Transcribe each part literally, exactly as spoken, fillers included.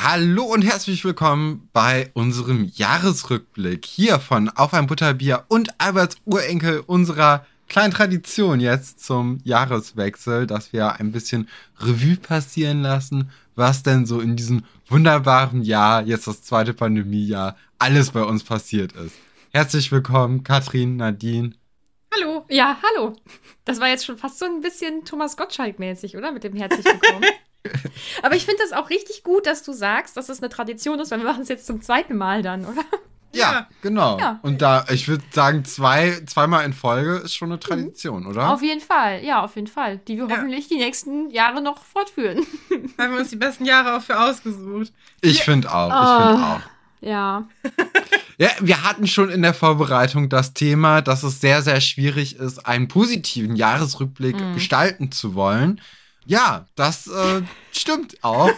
Hallo und herzlich willkommen bei unserem Jahresrückblick hier von Auf ein Butterbier und Alberts Urenkel, unserer kleinen Tradition jetzt zum Jahreswechsel, dass wir ein bisschen Revue passieren lassen, was denn so in diesem wunderbaren Jahr, jetzt das zweite Pandemiejahr, alles bei uns passiert ist. Herzlich willkommen, Katrin, Nadine. Hallo. Ja, hallo. Das war jetzt schon fast so ein bisschen Thomas Gottschalk-mäßig, oder? Mit dem herzlich willkommen. Aber ich finde das auch richtig gut, dass du sagst, dass das eine Tradition ist, weil wir machen es jetzt zum zweiten Mal dann, oder? Ja, ja. genau. Ja. Und da, ich würde sagen, zwei, zweimal in Folge ist schon eine Tradition, mhm. oder? Auf jeden Fall, ja, auf jeden Fall. Die wir ja. hoffentlich die nächsten Jahre noch fortführen. Haben wir uns die besten Jahre auch für ausgesucht. Ich finde auch, ich oh, finde auch. Ja. Ja, wir hatten schon in der Vorbereitung das Thema, dass es sehr, sehr schwierig ist, einen positiven Jahresrückblick mhm. gestalten zu wollen. Ja, das äh, stimmt auch.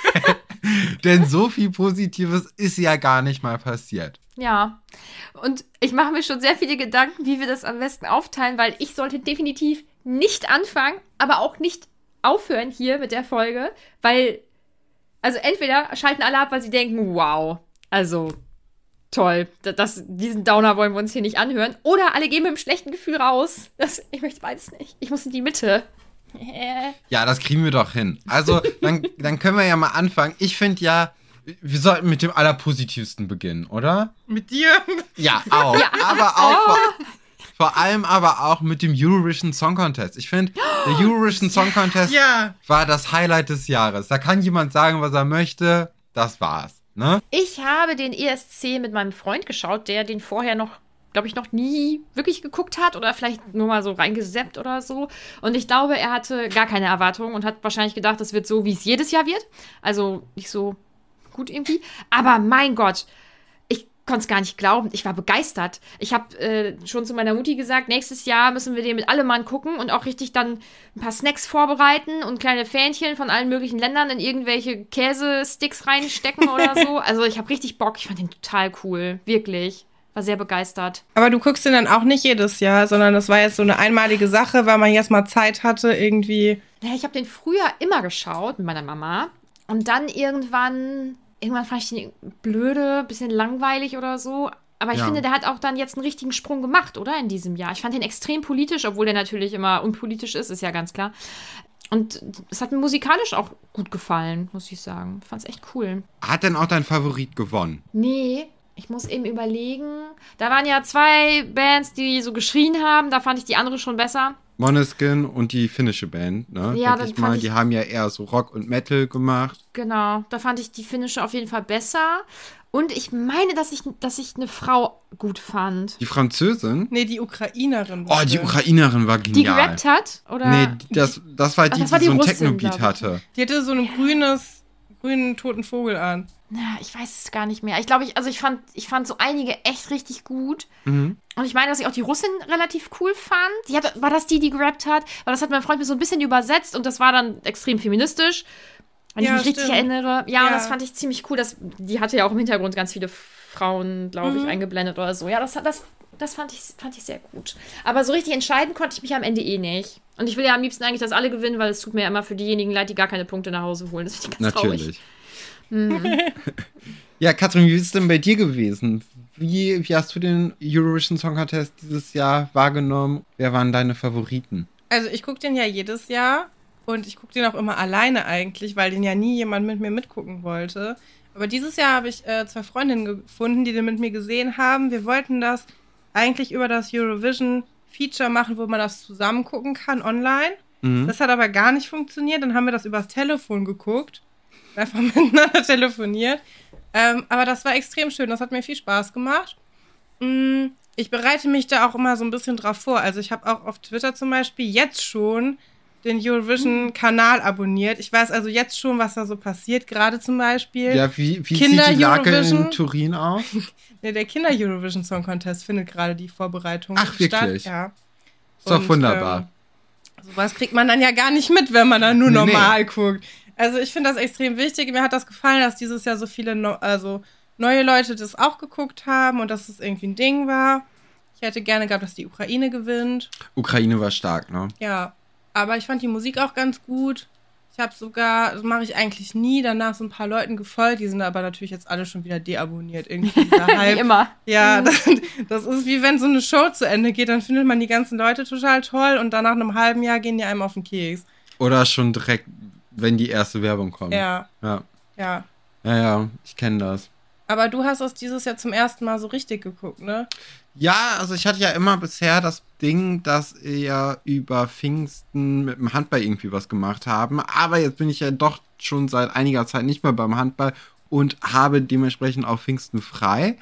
Denn so viel Positives ist ja gar nicht mal passiert. Ja, und ich mache mir schon sehr viele Gedanken, wie wir das am besten aufteilen, weil ich sollte definitiv nicht anfangen, aber auch nicht aufhören hier mit der Folge, weil, also entweder schalten alle ab, weil sie denken, wow, also toll, das, diesen Downer wollen wir uns hier nicht anhören, oder alle gehen mit einem schlechten Gefühl raus. Das, ich möchte beides nicht. Ich muss in die Mitte. Ja, das kriegen wir doch hin. Also, dann, dann können wir ja mal anfangen. Ich finde ja, wir sollten mit dem Allerpositivsten beginnen, oder? Mit dir? Ja, auch. Ja, aber auch oh. vor, vor allem aber auch mit dem Eurovision Song Contest. Ich finde, der Eurovision Song Contest ja. war das Highlight des Jahres. Da kann jemand sagen, was er möchte. Das war's, ne? Ich habe den E S C mit meinem Freund geschaut, der den vorher noch glaube ich, noch nie wirklich geguckt hat oder vielleicht nur mal so reingesappt oder so. Und ich glaube, er hatte gar keine Erwartungen und hat wahrscheinlich gedacht, das wird so, wie es jedes Jahr wird. Also nicht so gut irgendwie. Aber mein Gott, ich konnte es gar nicht glauben. Ich war begeistert. Ich habe äh, schon zu meiner Mutti gesagt, nächstes Jahr müssen wir den mit allem Mann gucken und auch richtig dann ein paar Snacks vorbereiten und kleine Fähnchen von allen möglichen Ländern in irgendwelche Käsesticks reinstecken oder so. Also ich habe richtig Bock. Ich fand den total cool. Wirklich. War sehr begeistert. Aber du guckst den dann auch nicht jedes Jahr, sondern das war jetzt so eine einmalige Sache, weil man jetzt mal Zeit hatte irgendwie. Ja, ich habe den früher immer geschaut mit meiner Mama. Und dann irgendwann, irgendwann fand ich den blöde, bisschen langweilig oder so. Aber ich ja. finde, der hat auch dann jetzt einen richtigen Sprung gemacht, oder? In diesem Jahr. Ich fand den extrem politisch, obwohl der natürlich immer unpolitisch ist, ist ja ganz klar. Und es hat mir musikalisch auch gut gefallen, muss ich sagen. Ich fand's echt cool. Hat denn auch dein Favorit gewonnen? Nee. Ich muss eben überlegen. Da waren ja zwei Bands, die so geschrien haben. Da fand ich die andere schon besser. Måneskin und die finnische Band, ne? Ja, das ich mal. ich Die haben ja eher so Rock und Metal gemacht. Genau, da fand ich die finnische auf jeden Fall besser. Und ich meine, dass ich, dass ich eine Frau gut fand. Die Französin? Nee, die Ukrainerin. Oh, die Ukrainerin war genial. Die gerappt hat? Oder? Nee, das, das war die, das war die, die so ein Russin, Techno-Beat hatte. Die hatte so ein ja. grünes, grünen toten Vogel an. Ja, ich weiß es gar nicht mehr. Ich glaube, ich, also ich fand, ich fand so einige echt richtig gut. Mhm. Und ich meine, dass ich auch die Russin relativ cool fand. Die hat, war das die, die gerappt hat? Weil das hat mein Freund mir so ein bisschen übersetzt und das war dann extrem feministisch. Wenn ja, ich mich stimmt. richtig erinnere. Ja, ja, und das fand ich ziemlich cool. Das, die hatte ja auch im Hintergrund ganz viele Frauen, glaube ich, mhm. eingeblendet oder so. Ja, das, das, das fand, ich, fand ich sehr gut. Aber so richtig entscheiden konnte ich mich am Ende eh nicht. Und ich will ja am liebsten eigentlich, dass alle gewinnen, weil es tut mir ja immer für diejenigen leid, die gar keine Punkte nach Hause holen. Das finde ich ganz Natürlich. traurig. Mhm. Ja, Katrin, wie ist es denn bei dir gewesen? Wie, wie hast du den Eurovision Song Contest dieses Jahr wahrgenommen? Wer waren deine Favoriten? Also ich gucke den ja jedes Jahr und ich gucke den auch immer alleine eigentlich, weil den ja nie jemand mit mir mitgucken wollte. Aber dieses Jahr habe ich äh, zwei Freundinnen gefunden, die den mit mir gesehen haben. Wir wollten das eigentlich über das Eurovision Feature machen, wo man das zusammen gucken kann online. Mhm. Das hat aber gar nicht funktioniert. Dann haben wir das übers Telefon geguckt. Einfach miteinander telefoniert. Ähm, aber das war extrem schön. Das hat mir viel Spaß gemacht. Mm, ich bereite mich da auch immer so ein bisschen drauf vor. Also ich habe auch auf Twitter zum Beispiel jetzt schon den Eurovision-Kanal abonniert. Ich weiß also jetzt schon, was da so passiert. Gerade zum Beispiel Ja, wie, wie sieht die Lage in Turin aus? Nee, der Kinder-Eurovision Song Contest findet gerade die Vorbereitung Ach, wirklich? statt. Ja. Ist doch wunderbar. Ähm, sowas kriegt man dann ja gar nicht mit, wenn man dann nur nee, normal nee. guckt. Also ich finde das extrem wichtig. Mir hat das gefallen, dass dieses Jahr so viele no- also neue Leute das auch geguckt haben und dass es irgendwie ein Ding war. Ich hätte gerne gehabt, dass die Ukraine gewinnt. Ukraine war stark, ne? Ja, aber ich fand die Musik auch ganz gut. Ich habe sogar, das mache ich eigentlich nie, danach so ein paar Leuten gefolgt, die sind aber natürlich jetzt alle schon wieder deabonniert. Irgendwie dieser Hype. Wie immer. Ja, das, das ist wie wenn so eine Show zu Ende geht, dann findet man die ganzen Leute total toll und dann nach einem halben Jahr gehen die einem auf den Keks. Oder schon direkt, wenn die erste Werbung kommt. Ja. Ja, Ja. ja, ja, ich kenne das. Aber du hast das dieses Jahr zum ersten Mal so richtig geguckt, ne? Ja, also ich hatte ja immer bisher das Ding, dass wir über Pfingsten mit dem Handball irgendwie was gemacht haben. Aber jetzt bin ich ja doch schon seit einiger Zeit nicht mehr beim Handball und habe dementsprechend auch Pfingsten frei.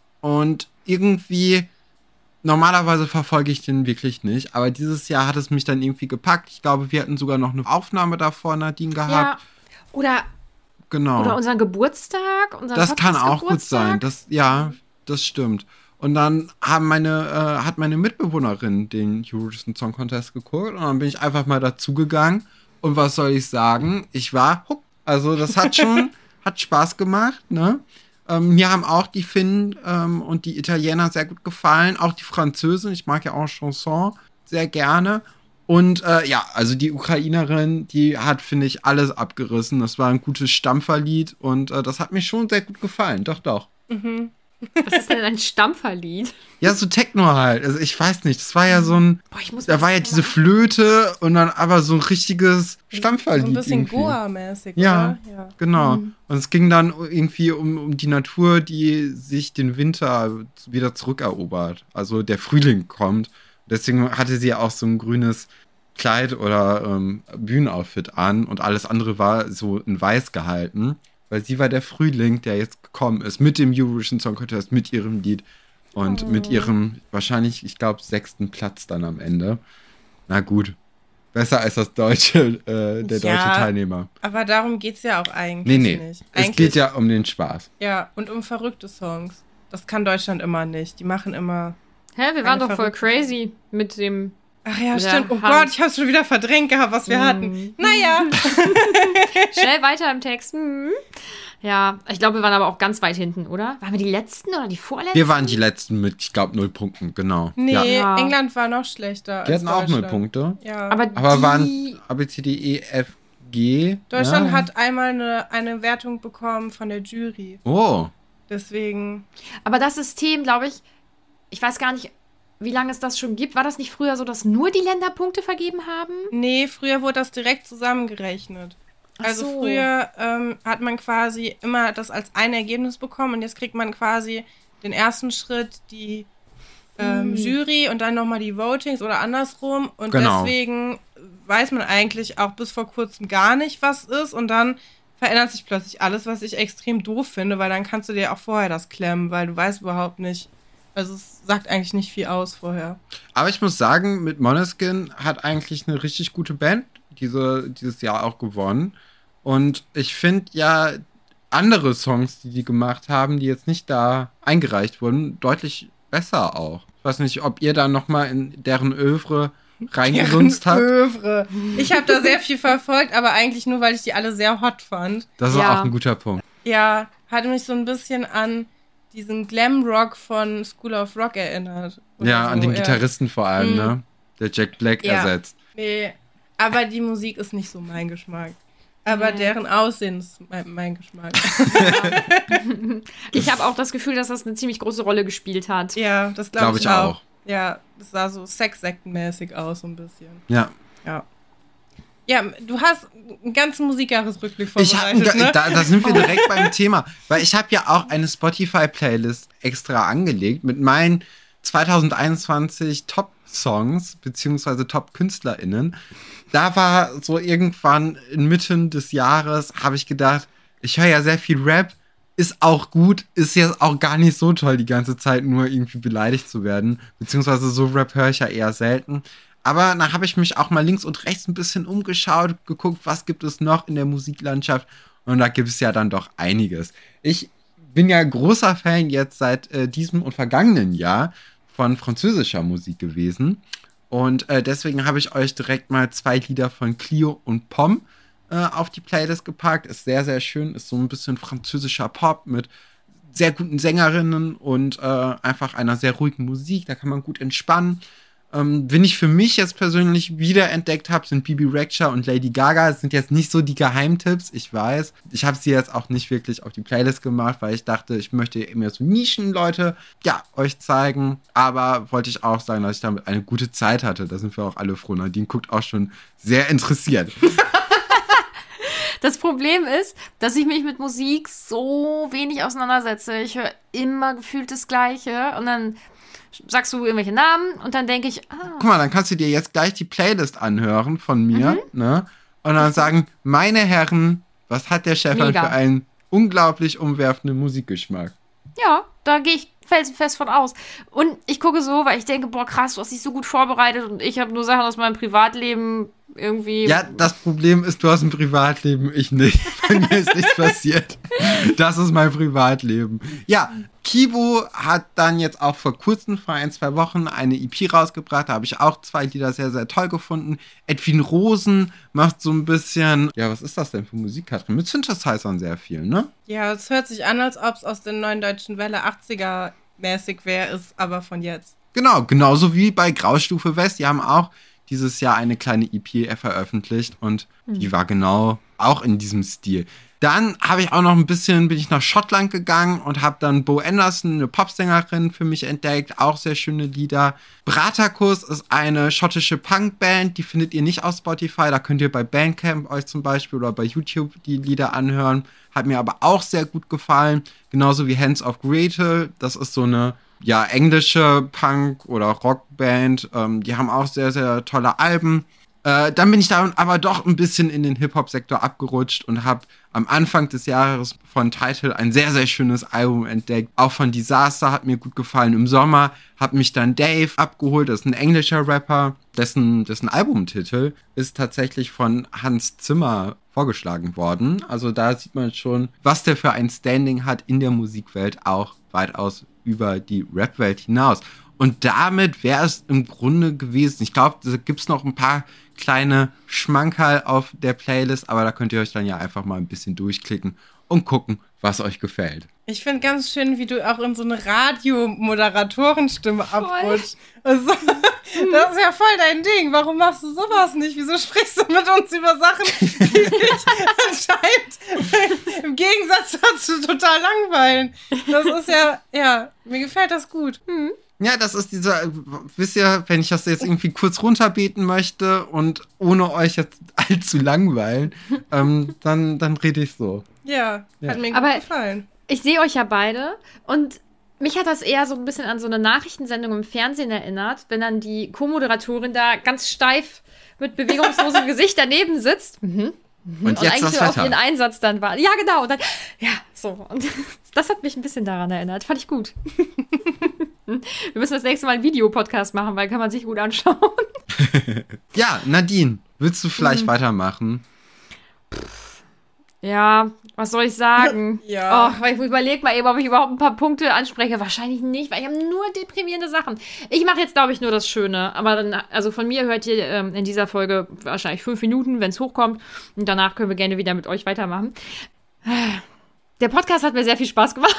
Und irgendwie, normalerweise verfolge ich den wirklich nicht. Aber dieses Jahr hat es mich dann irgendwie gepackt. Ich glaube, wir hatten sogar noch eine Aufnahme davor, Nadine, gehabt. Ja. Oder, Genau. oder unseren Geburtstag. Unseren Das kann auch gut Podcast-Geburtstag. sein. Das, ja, das stimmt. Und dann haben meine, äh, hat meine Mitbewohnerin den Eurovision Song Contest geguckt und dann bin ich einfach mal dazugegangen. Und was soll ich sagen? Ich war hooked. Also das hat schon, hat Spaß gemacht, ne? Ähm, mir haben auch die Finnen ähm, und die Italiener sehr gut gefallen. Auch die Französin. Ich mag ja auch Chanson sehr gerne. Und äh, ja, also die Ukrainerin, die hat, finde ich, alles abgerissen. Das war ein gutes Stampferlied und äh, das hat mir schon sehr gut gefallen. Doch, doch. Mhm. Was ist denn ein Stampferlied? Ja, so Techno halt. Also ich weiß nicht, das war ja so ein, Boah, ich muss da das war ja mal- diese Flöte und dann aber so ein richtiges Stampferlied. So ein bisschen irgendwie. Goa-mäßig, Ja, oder? Ja. genau. Mhm. Und es ging dann irgendwie um, um die Natur, die sich den Winter wieder zurückerobert. Also der Frühling kommt. Deswegen hatte sie ja auch so ein grünes Kleid oder ähm, Bühnenoutfit an und alles andere war so in weiß gehalten. Weil sie war der Frühling, der jetzt gekommen ist mit dem Eurovision Song Contest, mit ihrem Lied und Oh. mit ihrem wahrscheinlich, ich glaube, sechsten Platz dann am Ende. Na gut, besser als das deutsche, äh, der Ja. deutsche Teilnehmer. Aber darum geht's ja auch eigentlich Nee, nee, nicht. es Eigentlich, geht ja um den Spaß. ja, und um verrückte Songs. Das kann Deutschland immer nicht. Die machen immer. Hä, wir waren Eine doch voll verrückte- crazy mit dem. Ach ja, Mit der stimmt. Oh Hand. Gott, ich hab's schon wieder verdrängt gehabt, was wir Mhm. hatten. Naja. Schnell weiter im Text. Hm. Ja, ich glaube, wir waren aber auch ganz weit hinten, oder? Waren wir die Letzten oder die Vorletzten? Wir waren die Letzten mit, ich glaube, null Punkten, genau. Nee, Ja. Ja. England war noch schlechter. Die als hatten auch null Deutschland. Punkte. Ja. Aber, Aber die, waren A, B, C, D, E, F, G. Deutschland ja. hat einmal eine, eine Wertung bekommen von der Jury. Oh, Deswegen. aber das System, glaube ich, ich weiß gar nicht, wie lange es das schon gibt. War das nicht früher so, dass nur die Länder Punkte vergeben haben? Nee, früher wurde das direkt zusammengerechnet. Ach Also so. früher ähm, hat man quasi immer das als ein Ergebnis bekommen und jetzt kriegt man quasi den ersten Schritt die ähm, Mm. Jury und dann nochmal die Votings oder andersrum. Und Genau. deswegen weiß man eigentlich auch bis vor kurzem gar nicht, was ist. Und dann verändert sich plötzlich alles, was ich extrem doof finde, weil dann kannst du dir auch vorher das klemmen, weil du weißt überhaupt nicht. Also es sagt eigentlich nicht viel aus vorher. aber ich muss sagen, mit Måneskin hat eigentlich eine richtig gute Band diese, dieses Jahr auch gewonnen. Und ich finde ja andere Songs, die die gemacht haben, die jetzt nicht da eingereicht wurden, deutlich besser auch. Ich weiß nicht, ob ihr da nochmal in deren Övre reingerunzt habt. Övre. Ich habe da sehr viel verfolgt, aber eigentlich nur, weil ich die alle sehr hot fand. Das ist Ja. auch ein guter Punkt. Ja, hat mich so ein bisschen an diesen Glam-Rock von School of Rock erinnert. Oder Ja, so, an den ja. Gitarristen vor allem, Mhm. ne? Der Jack Black Ja. ersetzt. Nee, aber die Musik ist nicht so mein Geschmack. Aber Nee. deren Aussehen ist mein, mein Geschmack. Ich habe auch das Gefühl, dass das eine ziemlich große Rolle gespielt hat. Ja, das glaube Glaube ich, ich auch. auch. Ja, das sah so Sexsektenmäßig aus, so ein bisschen. Ja. Ja. Ja, du hast einen ganzen Musikjahresrückblick Ich hab, vorbereitet, ne? da, da sind wir direkt beim Thema. Weil ich habe ja auch eine Spotify-Playlist extra angelegt mit meinen zwanzig einundzwanzig Top-Songs beziehungsweise Top-KünstlerInnen. Da war so irgendwann inmitten des Jahres, habe ich gedacht, ich höre ja sehr viel Rap, ist auch gut, ist jetzt auch gar nicht so toll, die ganze Zeit nur irgendwie beleidigt zu werden. Beziehungsweise so Rap höre ich ja eher selten. Aber dann habe ich mich auch mal links und rechts ein bisschen umgeschaut, geguckt, was gibt es noch in der Musiklandschaft. Und da gibt es ja dann doch einiges. Ich bin ja großer Fan jetzt seit äh, diesem und vergangenen Jahr von französischer Musik gewesen. Und äh, deswegen habe ich euch direkt mal zwei Lieder von Clio und Pom äh, auf die Playlist gepackt. Ist sehr, sehr schön. Ist so ein bisschen französischer Pop mit sehr guten Sängerinnen und äh, einfach einer sehr ruhigen Musik. Da kann man gut entspannen. Ähm, wenn ich für mich jetzt persönlich wiederentdeckt habe, sind Bibi Rexha und Lady Gaga. Das sind jetzt nicht so die Geheimtipps, ich weiß. Ich habe sie jetzt auch nicht wirklich auf die Playlist gemacht, weil ich dachte, ich möchte immer so Nischenleute, ja, euch zeigen. Aber wollte ich auch sagen, dass ich damit eine gute Zeit hatte. Da sind wir auch alle froh. Nadine guckt auch schon sehr interessiert. Das Problem ist, dass ich mich mit Musik so wenig auseinandersetze. Ich höre immer gefühlt das Gleiche und dann sagst du irgendwelche Namen und dann denke ich, ah. Guck mal, dann kannst du dir jetzt gleich die Playlist anhören von mir, mhm. ne? Und dann sagen, meine Herren, was hat der Stefan Mega. für einen unglaublich umwerfenden Musikgeschmack? Ja, da gehe ich felsenfest von aus. Und ich gucke so, weil ich denke, boah, krass, du hast dich so gut vorbereitet und ich habe nur Sachen aus meinem Privatleben irgendwie. Ja, das Problem ist, du hast ein Privatleben, ich nicht. Bei mir ist nichts passiert. Das ist mein Privatleben. Ja, Kibo hat dann jetzt auch vor kurzem, vor ein, zwei Wochen, eine E P rausgebracht. Da habe ich auch zwei Lieder sehr, sehr toll gefunden. Edwin Rosen macht so ein bisschen, ja, was ist das denn für Musik, Katrin? Mit Synthesizern sehr viel, ne? Ja, es hört sich an, als ob es aus den neuen deutschen Welle achtziger mäßig wäre, ist aber von jetzt. Genau, genauso wie bei Graustufe West. Die haben auch dieses Jahr eine kleine E P veröffentlicht und mhm. die war genau auch in diesem Stil. Dann habe ich auch noch ein bisschen, bin ich nach Schottland gegangen und habe dann Bo Anderson, eine Popsängerin, für mich entdeckt. Auch sehr schöne Lieder. Bratakus ist eine schottische Punkband, die findet ihr nicht auf Spotify. Da könnt ihr bei Bandcamp euch zum Beispiel oder bei YouTube die Lieder anhören. Hat mir aber auch sehr gut gefallen. Genauso wie Hands of Gretel. Das ist so eine ja, englische Punk- oder Rockband. Ähm, die haben auch sehr, sehr tolle Alben. Äh, dann bin ich da aber doch ein bisschen in den Hip-Hop-Sektor abgerutscht und habe am Anfang des Jahres von Tidal ein sehr, sehr schönes Album entdeckt. Auch von Disaster hat mir gut gefallen. Im Sommer hat mich dann Dave abgeholt, das ist ein englischer Rapper, dessen, dessen Albumtitel ist tatsächlich von Hans Zimmer vorgeschlagen worden. Also da sieht man schon, was der für ein Standing hat in der Musikwelt, auch weitaus über die Rap-Welt hinaus. Und damit wäre es im Grunde gewesen. Ich glaube, da gibt es noch ein paar kleine Schmankerl auf der Playlist, aber da könnt ihr euch dann ja einfach mal ein bisschen durchklicken und gucken, was euch gefällt. Ich finde ganz schön, wie du auch in so eine Radiomoderatorenstimme abrutscht. Also, das ist ja voll dein Ding. Warum machst du sowas nicht? Wieso sprichst du mit uns über Sachen, die dich anscheinend im Gegensatz dazu total langweilen? Das ist ja, ja, mir gefällt das gut. Mhm. Ja, das ist dieser, wisst ihr, wenn ich das jetzt irgendwie kurz runterbeten möchte und ohne euch jetzt allzu langweilen, ähm, dann, dann rede ich so. Ja, ja. Hat mir gut Aber gefallen. Ich sehe euch ja beide und mich hat das eher so ein bisschen an so eine Nachrichtensendung im Fernsehen erinnert, wenn dann die Co-Moderatorin da ganz steif mit bewegungslosem Gesicht daneben sitzt. Mhm. Und, und jetzt eigentlich das auf ihren Einsatz dann war. Ja, genau. Und dann, ja, so. Und das hat mich ein bisschen daran erinnert. Fand ich gut. Wir müssen das nächste Mal einen Videopodcast machen, weil kann man sich gut anschauen. Ja, Nadine, willst du vielleicht mhm. weitermachen? Ja, was soll ich sagen? Ja. Oh, ich überlege mal eben, ob ich überhaupt ein paar Punkte anspreche. Wahrscheinlich nicht, weil ich habe nur deprimierende Sachen. Ich mache jetzt, glaube ich, nur das Schöne. Aber dann, also von mir hört ihr ähm, in dieser Folge wahrscheinlich fünf Minuten, wenn es hochkommt. Und danach können wir gerne wieder mit euch weitermachen. Der Podcast hat mir sehr viel Spaß gemacht.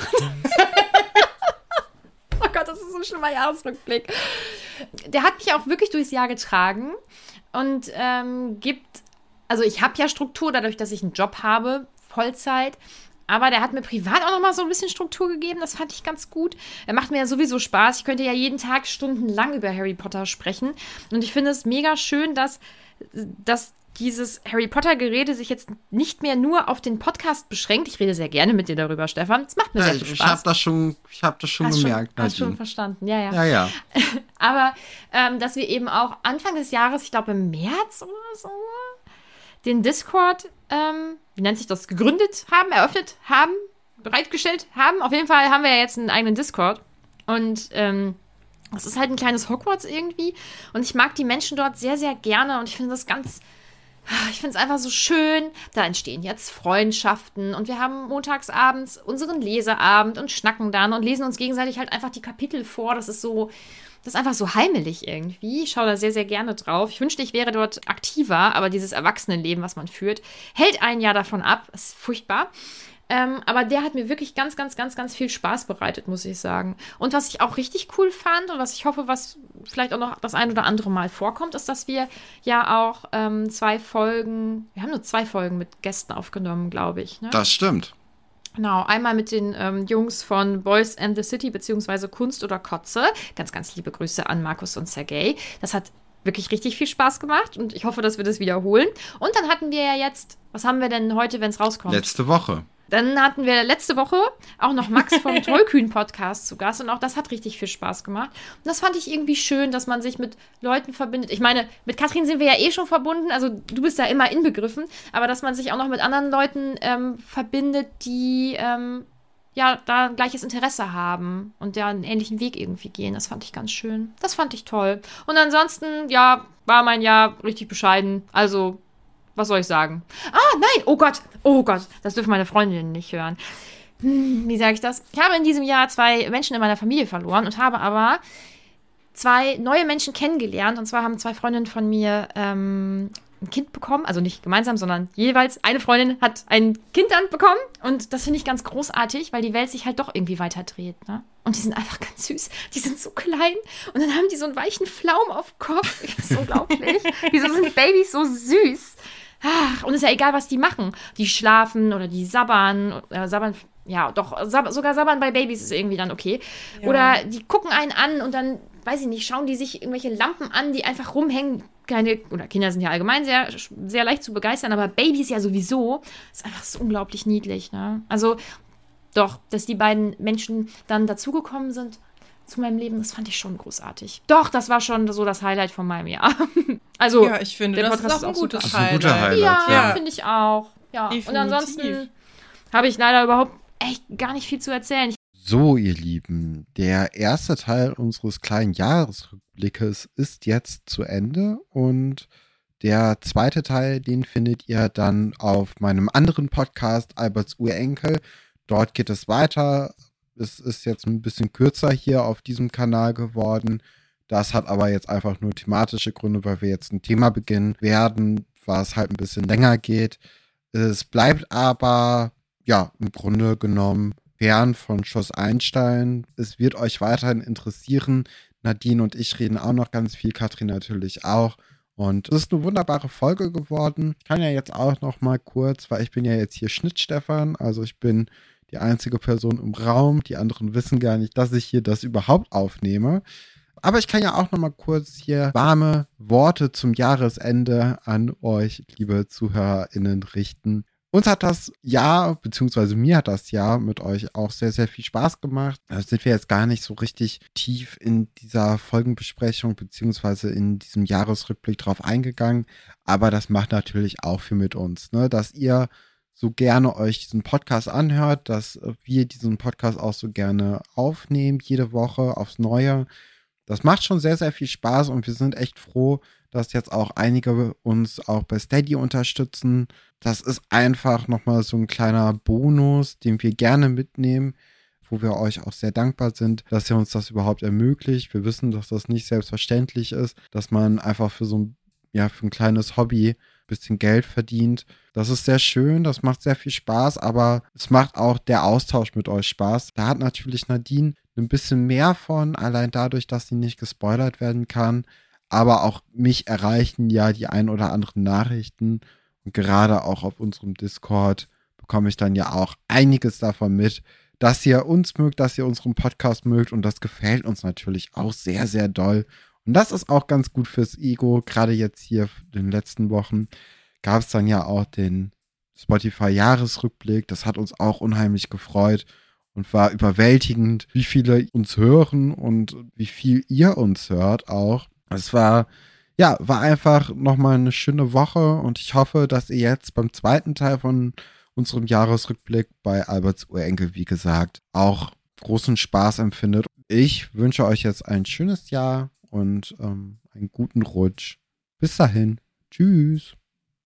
Oh Gott, das ist so ein schlimmer Jahresrückblick. Der hat mich auch wirklich durchs Jahr getragen und ähm, gibt, also ich habe ja Struktur, dadurch, dass ich einen Job habe, Vollzeit, aber der hat mir privat auch nochmal so ein bisschen Struktur gegeben, das fand ich ganz gut. Er macht mir ja sowieso Spaß, ich könnte ja jeden Tag stundenlang über Harry Potter sprechen und ich finde es mega schön, dass, dass dieses Harry Potter-Gerede sich jetzt nicht mehr nur auf den Podcast beschränkt. Ich rede sehr gerne mit dir darüber, Stefan. Es macht mir ja, sehr viel Spaß. Ich habe das schon, ich hab das schon hast gemerkt. Schon, hast schon verstanden, ja, ja. Ja, ja. Aber, ähm, dass wir eben auch Anfang des Jahres, ich glaube im März oder so, den Discord, ähm, wie nennt sich das, gegründet haben, eröffnet haben, bereitgestellt haben. Auf jeden Fall haben wir ja jetzt einen eigenen Discord. Und, ähm, das ist halt ein kleines Hogwarts irgendwie. Und ich mag die Menschen dort sehr, sehr gerne. Und ich finde das ganz... Ich finde es einfach so schön. Da entstehen jetzt Freundschaften und wir haben montags abends unseren Leseabend und schnacken dann und lesen uns gegenseitig halt einfach die Kapitel vor. Das ist so, das ist einfach so heimelig irgendwie. Ich schaue da sehr, sehr gerne drauf. Ich wünschte, ich wäre dort aktiver, aber dieses Erwachsenenleben, was man führt, hält ein Jahr davon ab. Das ist furchtbar. Ähm, aber der hat mir wirklich ganz, ganz, ganz, ganz viel Spaß bereitet, muss ich sagen. Und was ich auch richtig cool fand und was ich hoffe, was vielleicht auch noch das ein oder andere Mal vorkommt, ist, dass wir ja auch ähm, zwei Folgen, wir haben nur zwei Folgen mit Gästen aufgenommen, glaube ich. Ne? Das stimmt. Genau, einmal mit den ähm, Jungs von Boys and the City, beziehungsweise Kunst oder Kotze. Ganz, ganz liebe Grüße an Markus und Sergej. Das hat wirklich richtig viel Spaß gemacht und ich hoffe, dass wir das wiederholen. Und dann hatten wir ja jetzt, was haben wir denn heute, wenn es rauskommt? Letzte Woche. Dann hatten wir letzte Woche auch noch Max vom Tollkühn-Podcast zu Gast und auch das hat richtig viel Spaß gemacht. Und das fand ich irgendwie schön, dass man sich mit Leuten verbindet. Ich meine, mit Katrin sind wir ja eh schon verbunden, also du bist da immer inbegriffen, aber dass man sich auch noch mit anderen Leuten ähm, verbindet, die ähm, ja da ein gleiches Interesse haben und ja einen ähnlichen Weg irgendwie gehen, das fand ich ganz schön. Das fand ich toll. Und ansonsten, ja, war mein Jahr richtig bescheiden, also was soll ich sagen? Ah, nein, oh Gott, oh Gott, das dürfen meine Freundinnen nicht hören. Hm, wie sage ich das? Ich habe in diesem Jahr zwei Menschen in meiner Familie verloren und habe aber zwei neue Menschen kennengelernt. Und zwar haben zwei Freundinnen von mir ähm, ein Kind bekommen, also nicht gemeinsam, sondern jeweils eine Freundin hat ein Kind dann bekommen. Und das finde ich ganz großartig, weil die Welt sich halt doch irgendwie weiter dreht, ne? Und die sind einfach ganz süß. Die sind so klein. Und dann haben die so einen weichen Flaum auf dem Kopf. Das ist unglaublich. Wieso sind Babys so süß? Ach, und ist ja egal, was die machen. Die schlafen oder die sabbern. Äh, sabbern, ja, doch, sab- sogar sabbern bei Babys ist irgendwie dann okay. Ja. Oder die gucken einen an und dann, weiß ich nicht, schauen die sich irgendwelche Lampen an, die einfach rumhängen. Keine, oder Kinder sind ja allgemein sehr, sehr leicht zu begeistern, aber Babys ja sowieso. Ist einfach so unglaublich niedlich, ne? Also, doch, dass die beiden Menschen dann dazugekommen sind zu meinem Leben, das fand ich schon großartig. Doch, das war schon so das Highlight von meinem Jahr. Also, ja, ich finde, der das Podcast ist auch ein gutes ist ein guter Highlight. Highlight. Ja, ja. finde ich auch. Ja. Und Definitiv. ansonsten habe ich leider überhaupt echt gar nicht viel zu erzählen. So, ihr Lieben, der erste Teil unseres kleinen Jahresrückblickes ist jetzt zu Ende und der zweite Teil, den findet ihr dann auf meinem anderen Podcast, Alberts Urenkel. Dort geht es weiter. Es ist jetzt ein bisschen kürzer hier auf diesem Kanal geworden. Das hat aber jetzt einfach nur thematische Gründe, weil wir jetzt ein Thema beginnen werden, was halt ein bisschen länger geht. Es bleibt aber, ja, im Grunde genommen fern von Schloss Einstein. Es wird euch weiterhin interessieren. Nadine und ich reden auch noch ganz viel, Katrin natürlich auch. Und es ist eine wunderbare Folge geworden. Ich kann ja jetzt auch noch mal kurz, weil ich bin ja jetzt hier Schnittstefan, also ich bin die einzige Person im Raum. Die anderen wissen gar nicht, dass ich hier das überhaupt aufnehme. Aber ich kann ja auch noch mal kurz hier warme Worte zum Jahresende an euch, liebe ZuhörerInnen, richten. Uns hat das Jahr, beziehungsweise mir hat das Jahr mit euch auch sehr, sehr viel Spaß gemacht. Da sind wir jetzt gar nicht so richtig tief in dieser Folgenbesprechung, beziehungsweise in diesem Jahresrückblick drauf eingegangen. Aber das macht natürlich auch viel mit uns, ne? Dass ihr so gerne euch diesen Podcast anhört, dass wir diesen Podcast auch so gerne aufnehmen, jede Woche aufs Neue. Das macht schon sehr, sehr viel Spaß und wir sind echt froh, dass jetzt auch einige uns auch bei Steady unterstützen. Das ist einfach nochmal so ein kleiner Bonus, den wir gerne mitnehmen, wo wir euch auch sehr dankbar sind, dass ihr uns das überhaupt ermöglicht. Wir wissen, dass das nicht selbstverständlich ist, dass man einfach für so ein, ja, für ein kleines Hobby ein bisschen Geld verdient. Das ist sehr schön, das macht sehr viel Spaß, aber es macht auch der Austausch mit euch Spaß. Da hat natürlich Nadine ein bisschen mehr von, allein dadurch, dass sie nicht gespoilert werden kann. Aber auch mich erreichen ja die ein oder anderen Nachrichten. Und gerade auch auf unserem Discord bekomme ich dann ja auch einiges davon mit, dass ihr uns mögt, dass ihr unseren Podcast mögt. Und das gefällt uns natürlich auch sehr, sehr doll. Und das ist auch ganz gut fürs Ego. Gerade jetzt hier in den letzten Wochen gab es dann ja auch den Spotify-Jahresrückblick. Das hat uns auch unheimlich gefreut und war überwältigend, wie viele uns hören und wie viel ihr uns hört auch. Es war, ja, war einfach nochmal eine schöne Woche und ich hoffe, dass ihr jetzt beim zweiten Teil von unserem Jahresrückblick bei Alberts Urenkel, wie gesagt, auch großen Spaß empfindet. Ich wünsche euch jetzt ein schönes Jahr und ähm, einen guten Rutsch. Bis dahin. Tschüss.